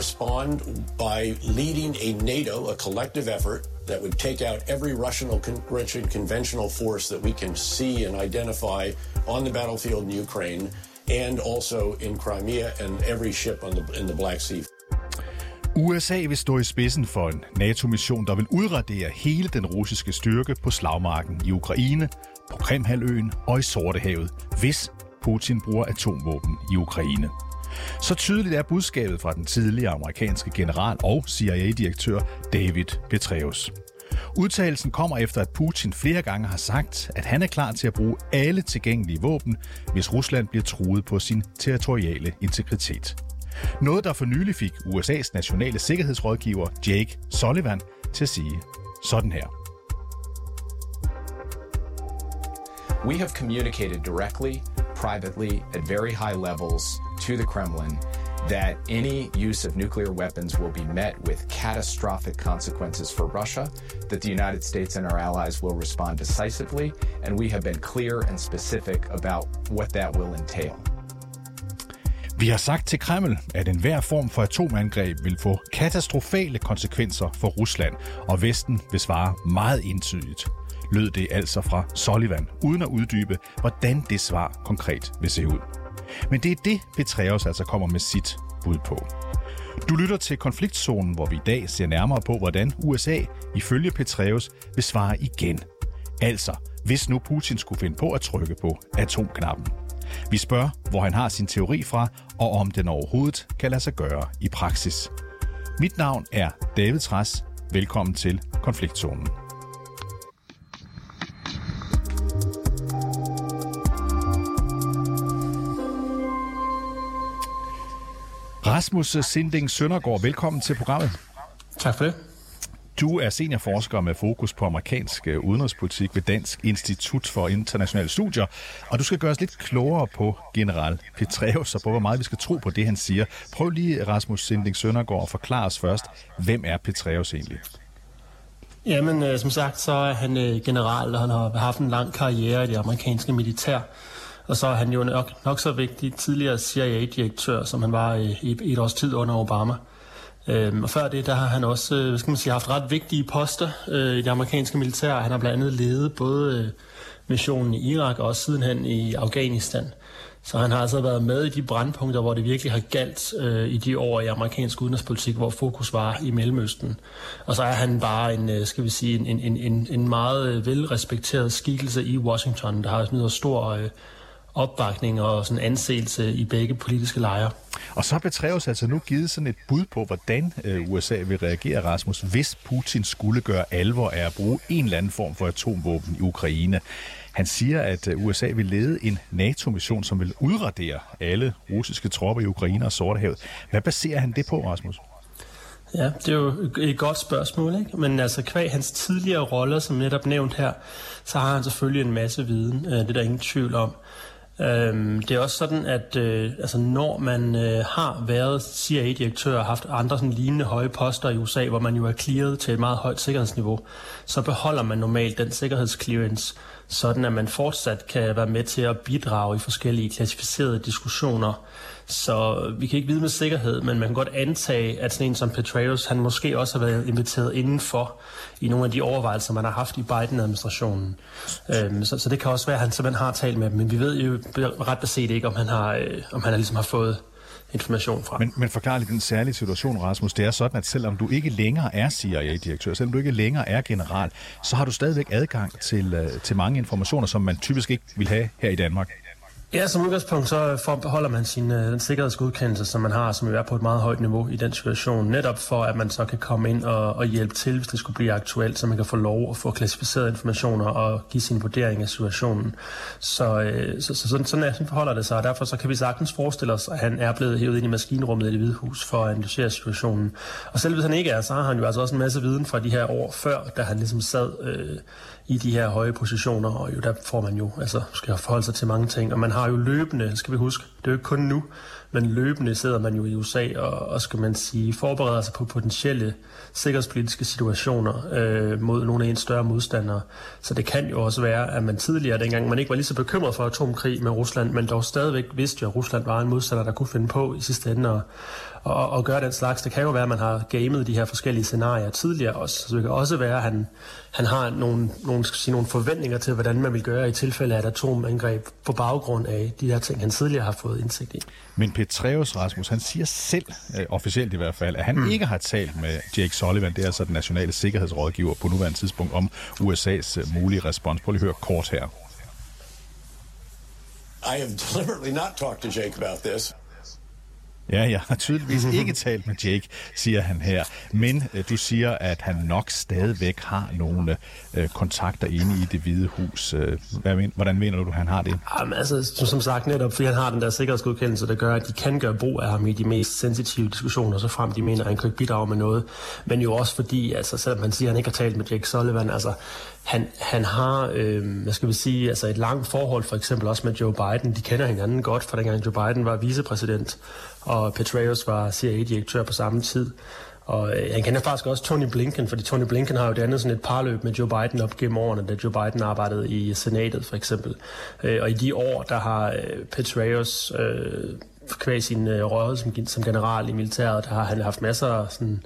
respond by leading a NATO, a collective effort that would take out every Russian conventional force that we can see and identify on the battlefield in Ukraine, and also in Crimea and every ship in the Black Sea. USA vil stå i spidsen for en NATO-mission, der vil udradere hele den russiske styrke på slagmarken i Ukraine, på Krimhalvøen og i Sortehavet, hvis Putin bruger atomvåben i Ukraine. Så tydeligt er budskabet fra den tidligere amerikanske general og CIA-direktør David Petraeus. Udtalelsen kommer efter, at Putin flere gange har sagt, at han er klar til at bruge alle tilgængelige våben, hvis Rusland bliver truet på sin territoriale integritet. Noget, der for nylig fik USA's nationale sikkerhedsrådgiver Jake Sullivan til at sige sådan her. We have communicated directly, privately, at very high levels to the Kremlin that any use of nuclear weapons will be met with catastrophic consequences for Russia, that the United States and our allies will respond decisively, and we have been clear and specific about what that will entail. Vi har sagt til Kreml, at enhver form for atomangreb vil få katastrofale konsekvenser for Rusland, og Vesten vil svare meget entydigt. Lød det altså fra Sullivan, uden at uddybe, hvordan det svar konkret vil se ud. Men det er det, Petraeus altså kommer med sit bud på. Du lytter til konfliktzonen, hvor vi i dag ser nærmere på, hvordan USA ifølge Petraeus vil svare igen. Altså, hvis nu Putin skulle finde på at trykke på atomknappen. Vi spørger, hvor han har sin teori fra, og om den overhovedet kan lade sig gøre i praksis. Mit navn er David Trads. Velkommen til konfliktzonen. Rasmus Sinding Søndergaard, velkommen til programmet. Tak for det. Du er seniorforsker med fokus på amerikansk udenrigspolitik ved Dansk Institut for Internationale Studier, og du skal gøre os lidt klogere på general Petraeus og på, hvor meget vi skal tro på det, han siger. Prøv lige, Rasmus Sinding Søndergaard, at forklare os først, hvem er Petraeus egentlig? Jamen, som sagt, så er han general, og han har haft en lang karriere i det amerikanske militær. Og så er han jo nok så vigtig tidligere CIA-direktør, som han var i et års tid under Obama. Og før det, der har han også haft ret vigtige poster i det amerikanske militær. Han har blandt andet ledet både missionen i Irak og også sidenhen i Afghanistan. Så han har altså været med i de brandpunkter, hvor det virkelig har galt i de år i amerikansk udenrigspolitik, hvor fokus var i Mellemøsten. Og så er han bare en meget velrespekteret skikkelse i Washington, der har smidt stor opbakning og sådan anseelse i begge politiske lejre. Og så har Petraeus altså nu givet sådan et bud på, hvordan USA vil reagere, Rasmus, hvis Putin skulle gøre alvor af at bruge en eller anden form for atomvåben i Ukraine. Han siger, at USA vil lede en NATO-mission, som vil udradere alle russiske tropper i Ukraine og Sortehavet. Hvad baserer han det på, Rasmus? Ja, det er jo et godt spørgsmål, ikke? Men altså kvæg hans tidligere roller, som netop nævnt her, så har han selvfølgelig en masse viden. Det er der ingen tvivl om. Det er også sådan, at når man har været CIA-direktør og haft andre sådan lignende høje poster i USA, hvor man jo er clearet til et meget højt sikkerhedsniveau, så beholder man normalt den sikkerhedsclearance, sådan at man fortsat kan være med til at bidrage i forskellige klassificerede diskussioner. Så vi kan ikke vide med sikkerhed, men man kan godt antage, at sådan en som Petraeus, han måske også har været inviteret indenfor i nogle af de overvejelser, man har haft i Biden-administrationen. Så det kan også være, at han simpelthen har talt med dem, men vi ved jo ret beset ikke, om han ligesom har fået information fra. Men forklar lige den særlige situation, Rasmus. Det er sådan, at selvom du ikke længere er CIA-direktør, selvom du ikke længere er general, så har du stadigvæk adgang til mange informationer, som man typisk ikke vil have her i Danmark. Ja, som udgangspunkt så beholder man den sikkerhedsgodkendelse, som man har, som jo er på et meget højt niveau i den situation, netop for at man så kan komme ind og hjælpe til, hvis det skulle blive aktuelt, så man kan få lov at få klassificerede informationer og give sin vurdering af situationen. Sådan forholder det sig, og derfor så kan vi sagtens forestille os, at han er blevet hævet ind i maskinrummet i Det Hvide Hus for at analysere situationen. Og selv hvis han ikke er, så har han jo altså også en masse viden fra de her år før, da han ligesom sad i de her høje positioner, og jo der får man jo skal forholde sig til mange ting, og man har jo løbende, skal vi huske, det er jo ikke kun nu, men løbende sidder man jo i USA og skal man sige, forbereder sig på potentielle sikkerhedspolitiske situationer mod nogle af ens større modstandere. Så det kan jo også være, at man tidligere, dengang man ikke var lige så bekymret for atomkrig med Rusland, men dog stadigvæk vidste jo, at Rusland var en modstander, der kunne finde på i sidste ende og gøre den slags. Det kan jo være, at man har gamet de her forskellige scenarier tidligere også. Så det kan også være, at han har nogle forventninger til, hvordan man vil gøre i tilfælde af et atomangreb på baggrund af de her ting, han tidligere har fået indsigt i. Men Petraeus, Rasmus, han siger selv, officielt i hvert fald, at han ikke har talt med Jake Sullivan, det er altså den nationale sikkerhedsrådgiver på nuværende tidspunkt, om USA's mulige respons. Prøv lige at høre kort her. I have deliberately not talked to Jake about this. Ja, jeg har tydeligvis ikke talt med Jake, siger han her. Men du siger, at han nok stadigvæk har nogle kontakter inde i Det Hvide Hus. Hvordan mener du, han har det? Jamen, altså, som sagt netop, fordi han har den der sikkerhedsgodkendelse, der gør, at de kan gøre brug af ham i de mest sensitive diskussioner, så frem de mener, at han kan ikke bidrage med noget. Men jo også fordi, altså, selvom man siger, at han ikke har talt med Jake Sullivan, altså, han har, hvad skal vi sige, altså et langt forhold, for eksempel også med Joe Biden. De kender hinanden godt, fra dengang Joe Biden var vicepræsident, og Petraeus var CIA-direktør på samme tid. Og han kender faktisk også Tony Blinken, fordi Tony Blinken har jo dannet sådan et parløb med Joe Biden op gennem årene, da Joe Biden arbejdede i senatet for eksempel. Og i de år, der har Petraeus kvæg sin rolle som general i militæret, der har han haft masser af sådan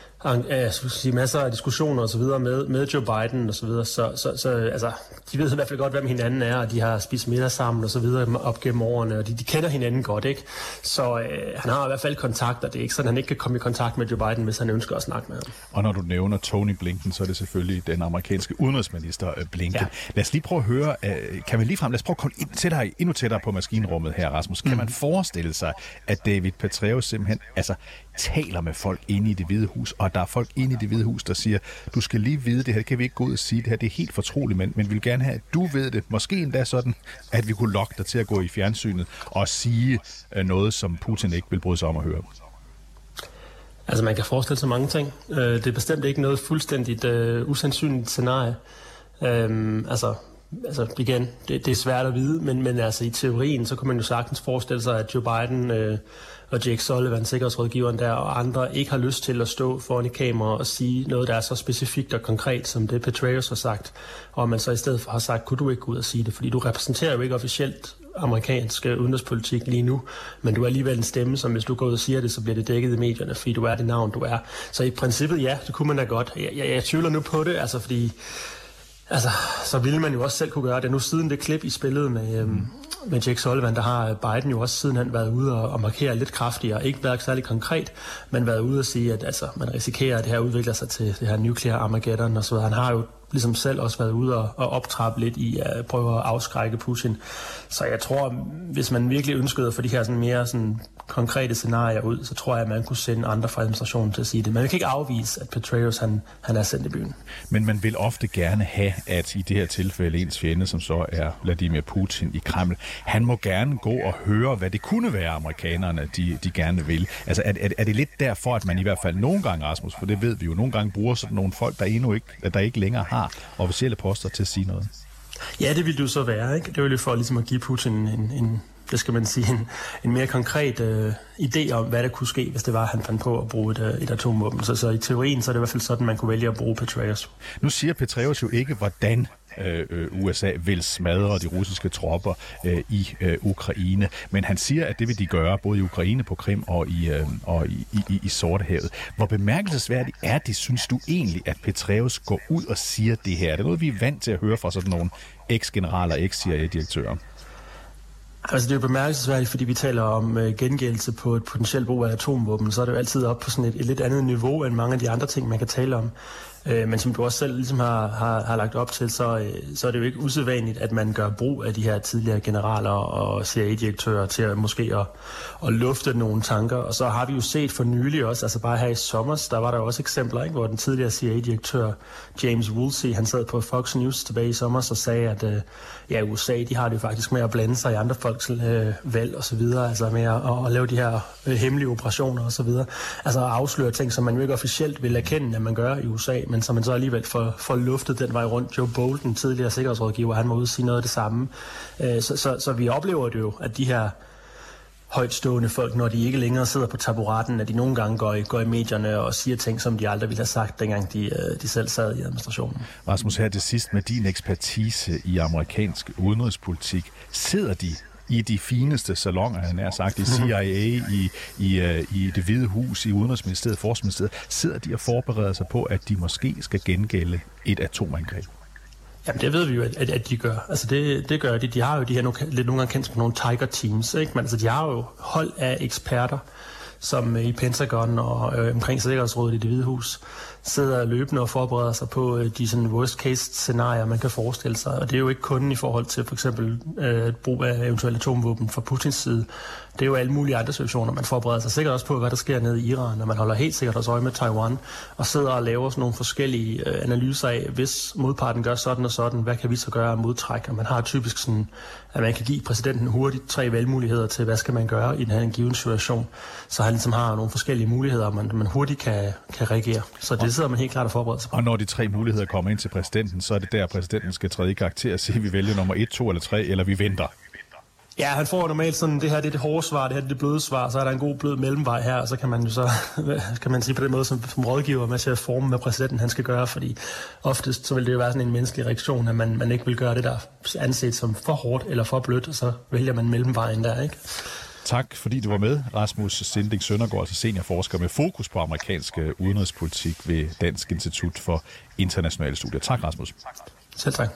masser af diskussioner og så videre med Joe Biden og så videre, så altså, de ved i hvert fald godt, hvem hinanden er, og de har spist middag sammen og så videre op gennem årene, og de kender hinanden godt, ikke? Så han har i hvert fald kontakter, det er ikke sådan, han ikke kan komme i kontakt med Joe Biden, hvis han ønsker at snakke med ham. Og når du nævner Tony Blinken, så er det selvfølgelig den amerikanske udenrigsminister Blinken. Ja. Lad os lige prøve at høre, lad os prøve at komme endnu tættere på maskinrummet her, Rasmus. Kan man forestille sig, at David Petraeus simpelthen taler med folk inde i Det Hvide Hus, og der er folk inde i Det Hvide Hus, der siger, du skal lige vide det her, det kan vi ikke gå ud og sige, det her det er helt fortroligt, men vi vil gerne have, at du ved det. Måske endda sådan, at vi kunne lokke dig til at gå i fjernsynet og sige noget, som Putin ikke vil bryde sig om at høre. Altså man kan forestille sig mange ting. Det er bestemt ikke noget fuldstændigt usandsynligt scenarie. Altså igen, det er svært at vide, men altså i teorien, så kan man jo sagtens forestille sig, at Joe Biden og Jake Sullivan, sikkerhedsrådgiveren der, og andre ikke har lyst til at stå foran et kamera og sige noget, der er så specifikt og konkret, som det Petraeus har sagt, og man så i stedet for har sagt, kunne du ikke gå ud og sige det, fordi du repræsenterer jo ikke officielt amerikansk udenrigspolitik lige nu, men du er alligevel en stemme, som hvis du går ud og siger det, så bliver det dækket i medierne, fordi du er det navn, du er. Så i princippet, ja, det kunne man da godt. Jeg tvivler nu på det, altså fordi så ville man jo også selv kunne gøre det. Nu siden det klip i spillet med Jake Sullivan, der har Biden jo også siden han været ude og markere lidt kraftigere. Ikke været særlig konkret, men været ude og sige, at man risikerer, at det her udvikler sig til det her nuclear Armageddon og så videre. Han har jo ligesom selv også været ude og optrappe lidt i at prøve at afskrække Putin. Så jeg tror, hvis man virkelig ønskede at få de her sådan mere sådan konkrete scenarier ud, så tror jeg, at man kunne sende andre fra administrationen til at sige det. Man kan ikke afvise, at Petraeus han er sendt i byen. Men man vil ofte gerne have, at i det her tilfælde ens fjende, som så er Vladimir Putin i Kreml, han må gerne gå og høre, hvad det kunne være amerikanerne, de gerne vil. Altså er det lidt derfor, at man i hvert fald nogle gange, Rasmus, for det ved vi jo, nogle gange bruger sådan nogle folk, der ikke længere har officielle poster til at sige noget? Ja, det ville det jo så være, ikke? Det ville jo for ligesom at give Putin en mere konkret idé om, hvad der kunne ske, hvis det var, at han fandt på at bruge et atomvåben. Så i teorien, så er det i hvert fald sådan, man kunne vælge at bruge Petraeus. Nu siger Petraeus jo ikke, hvordan USA vil smadre de russiske tropper i Ukraine, men han siger, at det vil de gøre, både i Ukraine, på Krim og i Sortehavet. Hvor bemærkelsesværdigt er det, synes du egentlig, at Petraeus går ud og siger det her? Er det noget, vi er vant til at høre fra sådan nogle eks-generaler, eks-CIA-direktører? Altså det er jo bemærkelsesværdigt, fordi vi taler om gengældelse på et potentielt brug af atomvåben, så er det jo altid op på sådan et lidt andet niveau end mange af de andre ting, man kan tale om. Men som du også selv ligesom har lagt op til, så er det jo ikke usædvanligt, at man gør brug af de her tidligere generaler og CIA-direktører til at måske at lufte nogle tanker. Og så har vi jo set for nylig også, altså bare her i sommer, der var der også eksempler, ikke, hvor den tidligere CIA-direktør James Woolsey, han sad på Fox News tilbage i sommer og sagde, at USA, de har det jo faktisk med at blande sig i andre folks valg og så videre, altså med at lave de her hemmelige operationer og så videre. Altså at afsløre ting, som man jo ikke officielt vil erkende, at man gør i USA, men som man så alligevel får luftet den vej rundt. Joe Bolton, tidligere sikkerhedsrådgiver, han må ud sige noget af det samme. Så vi oplever det jo, at de her højtstående folk, når de ikke længere sidder på taburetten, at de nogle gange går i medierne og siger ting, som de aldrig ville have sagt, dengang de selv sad i administrationen. Rasmus, her til sidst, med din ekspertise i amerikansk udenrigspolitik, sidder de i de fineste salonger, han har sagt, i CIA, i Det Hvide Hus, i Udenrigsministeriet, Forsvarsministeriet, sidder de og forbereder sig på, at de måske skal gengælde et atomangreb? Jamen, det ved vi jo, at de gør. Altså, det gør de. De har jo de her lidt nogle gange kendt som nogle tiger teams, ikke? Men altså, de har jo hold af eksperter, som i Pentagon og omkring Sikkerhedsrådet i Det Hvide Hus sidder løbende og forbereder sig på de sådan worst case scenarier, man kan forestille sig. Og det er jo ikke kun i forhold til for eksempel brug af eventuelle atomvåben fra Putins side. Det er jo alle mulige andre situationer. Man forbereder sig sikkert også på, hvad der sker nede i Iran, og man holder helt sikkert også øje med Taiwan, og sidder og laver sådan nogle forskellige analyser af, hvis modparten gør sådan og sådan, hvad kan vi så gøre af modtræk? Og man har typisk sådan, at man kan give præsidenten hurtigt 3 valgmuligheder til, hvad skal man gøre i den her given situation. Så han ligesom har nogle forskellige muligheder, man hurtigt kan reagere. Så det sidder man helt klart og forbereder sig på. Og når de 3 muligheder kommer ind til præsidenten, så er det der, præsidenten skal træde i karakter og sige, vi vælger nummer 1, 2 eller 3, eller vi venter. Ja, han får normalt sådan, det her det er det hårde svar, det her det er det bløde svar, så er der en god blød mellemvej her, og så kan man jo så, kan man sige på den måde, som rådgiver med til at forme, hvad præsidenten han skal gøre, fordi oftest så vil det jo være sådan en menneskelig reaktion, at man ikke vil gøre det, der anset som for hårdt eller for blødt, og så vælger man mellemvejen der, ikke? Tak, fordi du var med, Rasmus Sinding Søndergaard, altså seniorforsker med fokus på amerikansk udenrigspolitik ved Dansk Institut for Internationale Studier. Tak, Rasmus. Selv tak.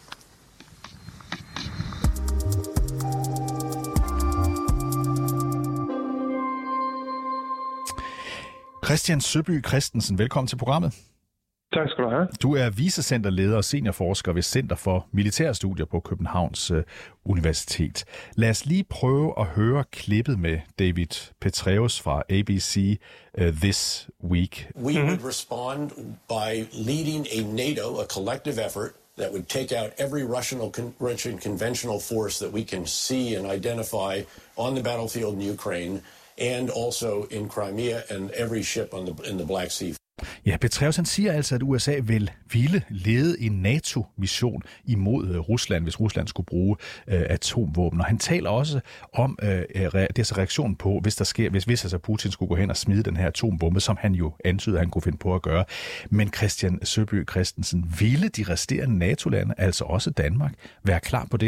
Christian Søby Christensen, velkommen til programmet. Tak skal du have. Du er vicecenterleder og seniorforsker ved Center for Militære Studier på Københavns Universitet. Lad os lige prøve at høre klippet med David Petraeus fra ABC This Week. We would respond by leading a NATO, a collective effort that would take out every Russian conventional force that we can see and identify on the battlefield in Ukraine, and also in Crimea and every ship in the Black Sea. Ja, Petraeus han siger altså, at USA ville lede en NATO-mission imod Rusland, hvis Rusland skulle bruge atomvåben. Og han taler også om reaktionen på, hvis altså Putin skulle gå hen og smide den her atombombe, som han jo antyder, han kunne finde på at gøre. Men Christian Søby Christensen, ville de resterende NATO-lande, altså også Danmark, være klar på det?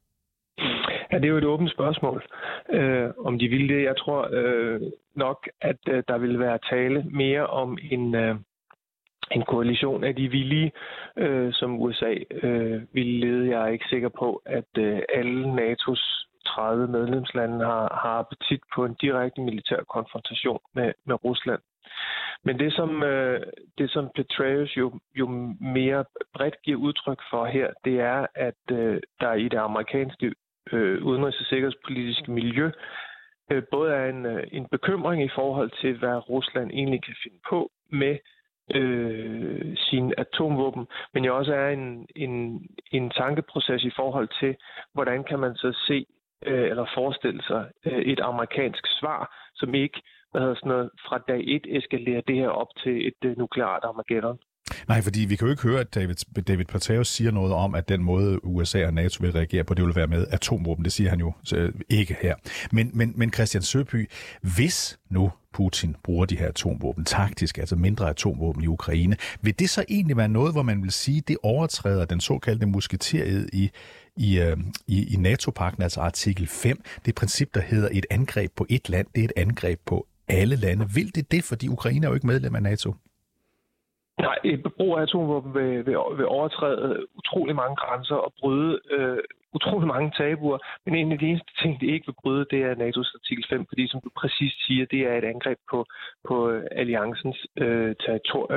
Ja, det er jo et åbent spørgsmål, om de ville det. Jeg tror nok, at der vil være tale mere om en koalition af de villige, som USA ville lede. Jeg er ikke sikker på, at alle NATO's 30 medlemslande har appetit på en direkte militær konfrontation med Rusland. Men det som Petraeus jo mere bredt giver udtryk for her, det er, at der i det amerikanske udenrigs- og sikkerhedspolitiske miljø både er en bekymring i forhold til, hvad Rusland egentlig kan finde på med sine atomvåben, men jo også er en tankeproces i forhold til, hvordan kan man så se eller forestille sig et amerikansk svar, som ikke fra dag 1 eskalerer det her op til et nukleart Armageddon. Nej, fordi vi kan jo ikke høre, at David Petraeus siger noget om, at den måde USA og NATO vil reagere på, det vil være med atomvåben. Det siger han jo ikke her. Men Christian Søby, hvis nu Putin bruger de her atomvåben taktisk, altså mindre atomvåben i Ukraine, vil det så egentlig være noget, hvor man vil sige, det overtræder den såkaldte musketeriet i NATO-pagten, altså artikel 5, det princip, der hedder et angreb på et land, det er et angreb på alle lande. Vil det, fordi Ukraine er jo ikke medlem af NATO? Nej, et brug af atomvåben vil overtræde utrolig mange grænser og bryde utrolig mange tabuer. Men en af de eneste ting, det ikke vil bryde, det er NATO's artikel 5, fordi som du præcis siger, det er et angreb på alliancens territorie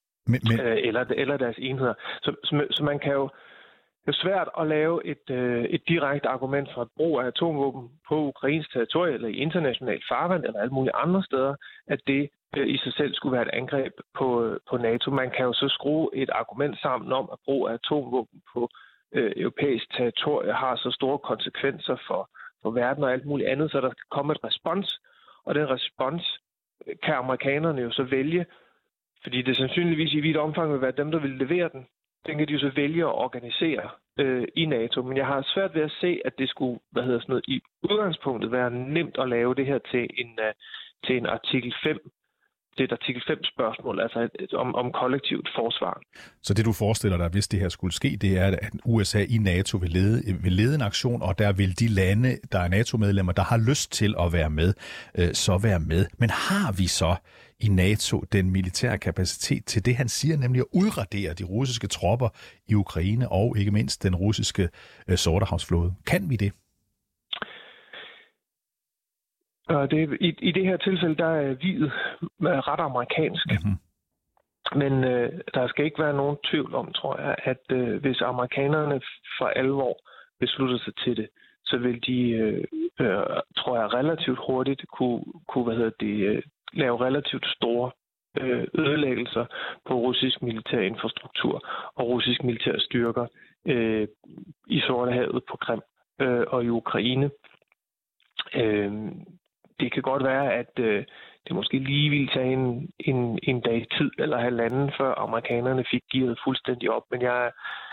eller deres enheder. Så man kan jo... Det er svært at lave et direkte argument for et brug af atomvåben på ukrainsk territorie eller i international farvand eller alle mulige andre steder, at det i sig selv skulle være et angreb på NATO. Man kan jo så skrue et argument sammen om, at brug af atomvåben på europæisk territorie har så store konsekvenser for verden og alt muligt andet, så der kan komme et respons. Og den respons kan amerikanerne jo så vælge, fordi det sandsynligvis i vidt omfang vil være dem, der vil levere den. Den kan de jo så vælge at organisere i NATO. Men jeg har svært ved at se, at det skulle, i udgangspunktet være nemt at lave det her til en artikel 5. Det er et artikel 5 spørgsmål, altså om kollektivt forsvar. Så det du forestiller dig, hvis det her skulle ske, det er, at USA i NATO vil lede en aktion, og der vil de lande, der er NATO-medlemmer, der har lyst til at være med, så være med. Men har vi så i NATO den militære kapacitet til det, han siger, nemlig at udradere de russiske tropper i Ukraine og ikke mindst den russiske Sortehavsflåde? Kan vi det? I det her tilfælde, der er viet ret amerikansk. Mm-hmm. Men der skal ikke være nogen tvivl om, tror jeg, at hvis amerikanerne for alvor beslutter sig til det, så vil de, tror jeg, relativt hurtigt kunne lave relativt store ødelæggelser på russisk militær infrastruktur og russisk militære styrker i Sortehavet, på Krim og i Ukraine. Det kan godt være, at det måske lige ville tage en dag tid eller halvanden, før amerikanerne fik gearet fuldstændig op. Men jeg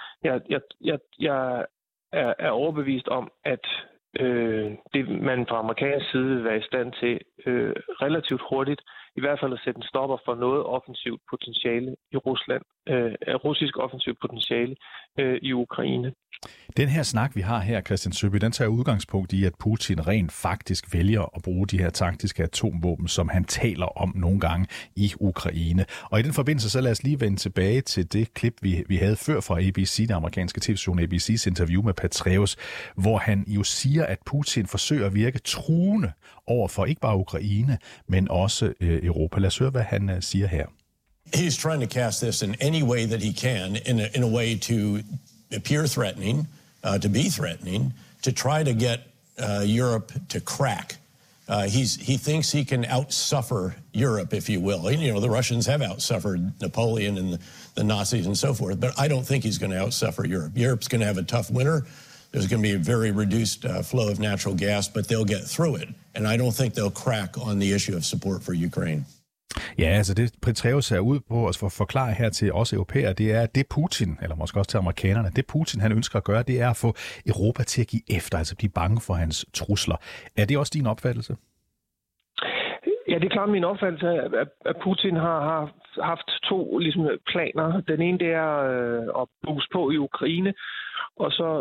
er overbevist om, at man fra amerikansk side vil være i stand til relativt hurtigt, i hvert fald at sætte en stopper for noget offensivt potentiale i Rusland, russisk offensivt potentiale i Ukraine. Den her snak, vi har her, Christian Søby, den tager udgangspunkt i, at Putin rent faktisk vælger at bruge de her taktiske atomvåben, som han taler om nogle gange i Ukraine. Og i den forbindelse, så lad os lige vende tilbage til det klip, vi havde før fra ABC, den amerikanske tv-station ABC's interview med Petraeus, hvor han jo siger, at Putin forsøger at virke truende over for ikke bare Ukraine, men også Europa. Lad os høre, hvad han siger her. He's trying to cast this in any way that he can, in a way to appear threatening, to be threatening, to try to get Europe to crack. He thinks he can outsuffer Europe, if you will. You know, the Russians have outsuffered Napoleon and the Nazis and so forth, but I don't think he's going to outsuffer Europe. Europe's going to have a tough winter. There's going to be a very reduced flow of natural gas, but they'll get through it. And I don't think they'll crack on the issue of support for Ukraine. Ja, altså det Petraeus er ude på at forklare her til os europæere, det er, at det Putin, eller måske også til amerikanerne, det Putin han ønsker at gøre, det er at få Europa til at give efter, altså blive bange for hans trusler. Er det også din opfattelse? Ja, det er klart min opfattelse, at Putin har haft to planer. Den ene, det er at booste på i Ukraine, og så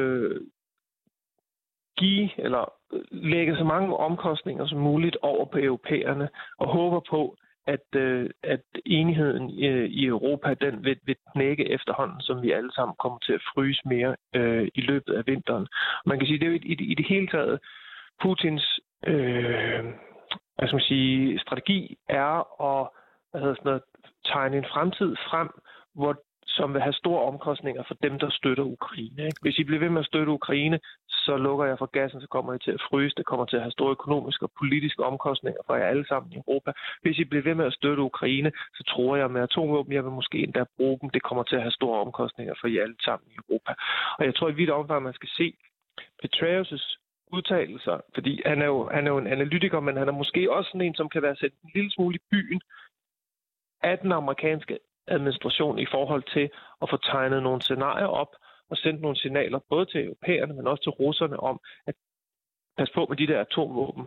lægge så mange omkostninger som muligt over på europæerne, og håber på, at enigheden i Europa, den vil knække efterhånden, som vi alle sammen kommer til at fryse mere i løbet af vinteren. Man kan sige, det er jo i det hele taget Putins strategi er at tegne en fremtid frem, som vil have store omkostninger for dem, der støtter Ukraine. Ikke? Hvis I bliver ved med at støtte Ukraine, så lukker jeg for gassen, så kommer I til at fryse. Det kommer til at have store økonomiske og politiske omkostninger for jer alle sammen i Europa. Hvis I bliver ved med at støtte Ukraine, så tror jeg med atomvåben, jeg vil måske endda bruge dem. Det kommer til at have store omkostninger for jer alle sammen i Europa. Og jeg tror i vidt omfang, man skal se Petraeus' udtalelser, fordi han er jo en analytiker, men han er måske også sådan en, som kan være sat en lille smule i byen af den amerikanske administration i forhold til at få tegnet nogle scenarier op og sendt nogle signaler både til europæerne, men også til russerne om, at pas på med de der atomvåben.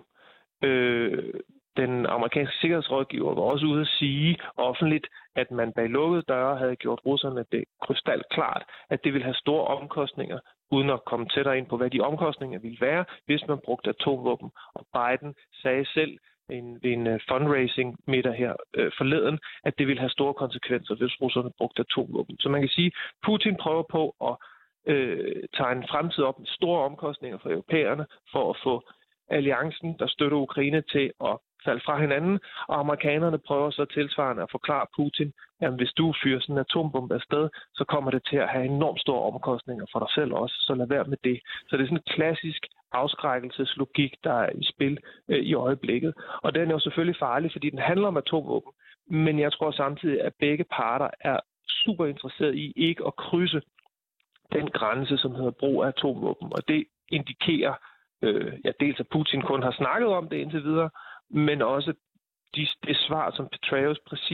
Den amerikanske sikkerhedsrådgiver var også ude at sige offentligt, at man bag lukkede døre havde gjort russerne det krystalklart, at det ville have store omkostninger, uden at komme tættere ind på, hvad de omkostninger ville være, hvis man brugte atomvåben. Og Biden sagde selv ved en fundraising middag her forleden, at det ville have store konsekvenser, hvis russerne brugte atomvåben. Så man kan sige, at Putin prøver på at tegne en fremtid op med store omkostninger for europæerne, for at få alliancen, der støtter Ukraine, til at falde fra hinanden, og amerikanerne prøver så tilsvarende at forklare Putin, at hvis du fyrer sådan en atombombe afsted, så kommer det til at have enormt store omkostninger for dig selv også, så lad være med det. Så det er sådan en klassisk afskrækkelseslogik, der er i spil i øjeblikket. Og den er jo selvfølgelig farlig, fordi den handler om atomvåben, men jeg tror samtidig, at begge parter er super interesseret i ikke at krydse den grænse, som hedder brug af atomvåben, og det indikerer dels at Putin kun har snakket om det indtil videre, men også det svar, som Petraeus præcis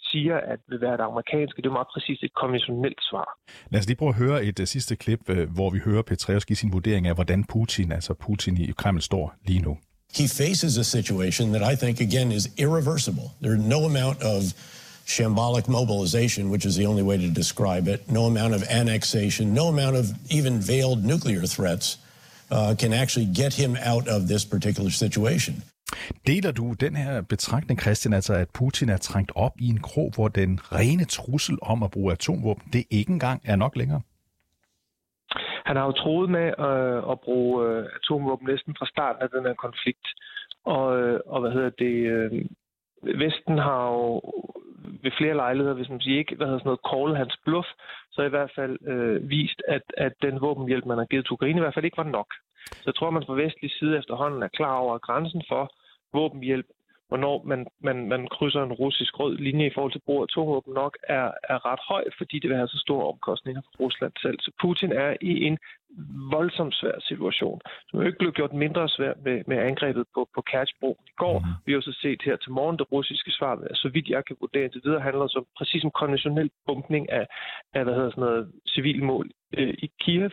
siger, at vil være det amerikanske. Det er meget præcist et konventionelt svar. Lad os lige prøve at høre et sidste klip, hvor vi hører Petraeus give sin vurdering af, hvordan Putin i Kreml står lige nu. He faces a situation that I think, again, is irreversible. There's no amount of shambolic mobilization, which is the only way to describe it, no amount of annexation, no amount of even veiled nuclear threats can actually get him out of this particular situation. Deler du den her betragtning, Christian, altså at Putin er trængt op i en krog, hvor den rene trussel om at bruge atomvåben, det ikke engang er nok længere? Han har jo troet med at bruge atomvåben næsten fra starten af den her konflikt. Og Vesten har jo ved flere lejligheder, hvis man siger ikke, callet hans bluff, så i hvert fald vist, at den våbenhjælp, man har givet til Ukraine, i hvert fald ikke var nok. Så jeg tror, man fra vestlig side efterhånden er klar over, at grænsen for våbenhjælp, hvornår man krydser en russisk rød linje i forhold til brug af atomvåben nok, er ret høj, fordi det vil have så store omkostninger for Rusland selv. Så Putin er i en voldsomt svær situation, som jo ikke blev gjort mindre svær med angrebet på Kerchbroen i går. Vi har jo så set her til morgen, det russiske svar, så vidt jeg kan vurdere til videre, handler så præcis om konventionel bumpning af civile mål i Kiev.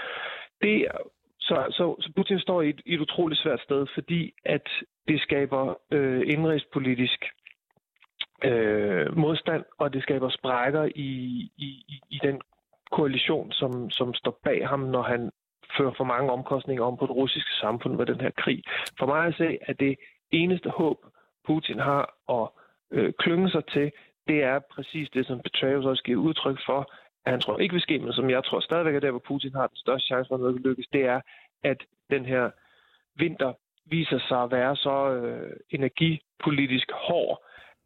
Så Putin står i et utroligt svært sted, fordi at det skaber indrigspolitisk modstand, og det skaber sprækker i den koalition, som står bag ham, når han fører for mange omkostninger om på det russiske samfund med den her krig. For mig at se, at det eneste håb, Putin har at klynge sig til, det er præcis det, som Petraeus også giver udtryk for, at han tror ikke vil ske, men som jeg tror stadigvæk er der, hvor Putin har den største chance for, at noget vil lykkes, det er, at den her vinter viser sig at være så energipolitisk hård,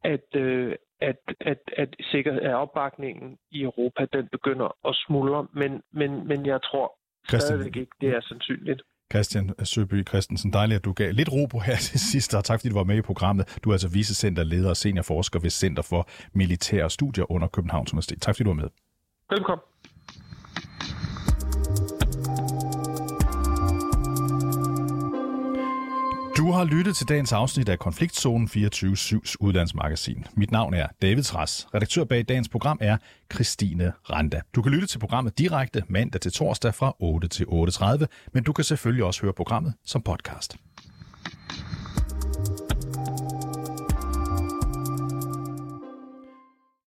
at opbakningen i Europa, den begynder at smuldre, men jeg tror stadigvæk ikke, det er sandsynligt. Christian Søby Christensen, dejligt, at du gav lidt ro på her til sidst, og tak fordi du var med i programmet. Du er altså vicecenterleder og seniorforsker ved Center for Militære Studier under Københavns Universitet. Tak fordi du var med. Velkommen. Du har lyttet til dagens afsnit af Konfliktzonen 24/7's udlandsmagasin. Mit navn er David Trads. Redaktør bag dagens program er Christine Randa. Du kan lytte til programmet direkte mandag til torsdag fra 8 til 8:30, men du kan selvfølgelig også høre programmet som podcast.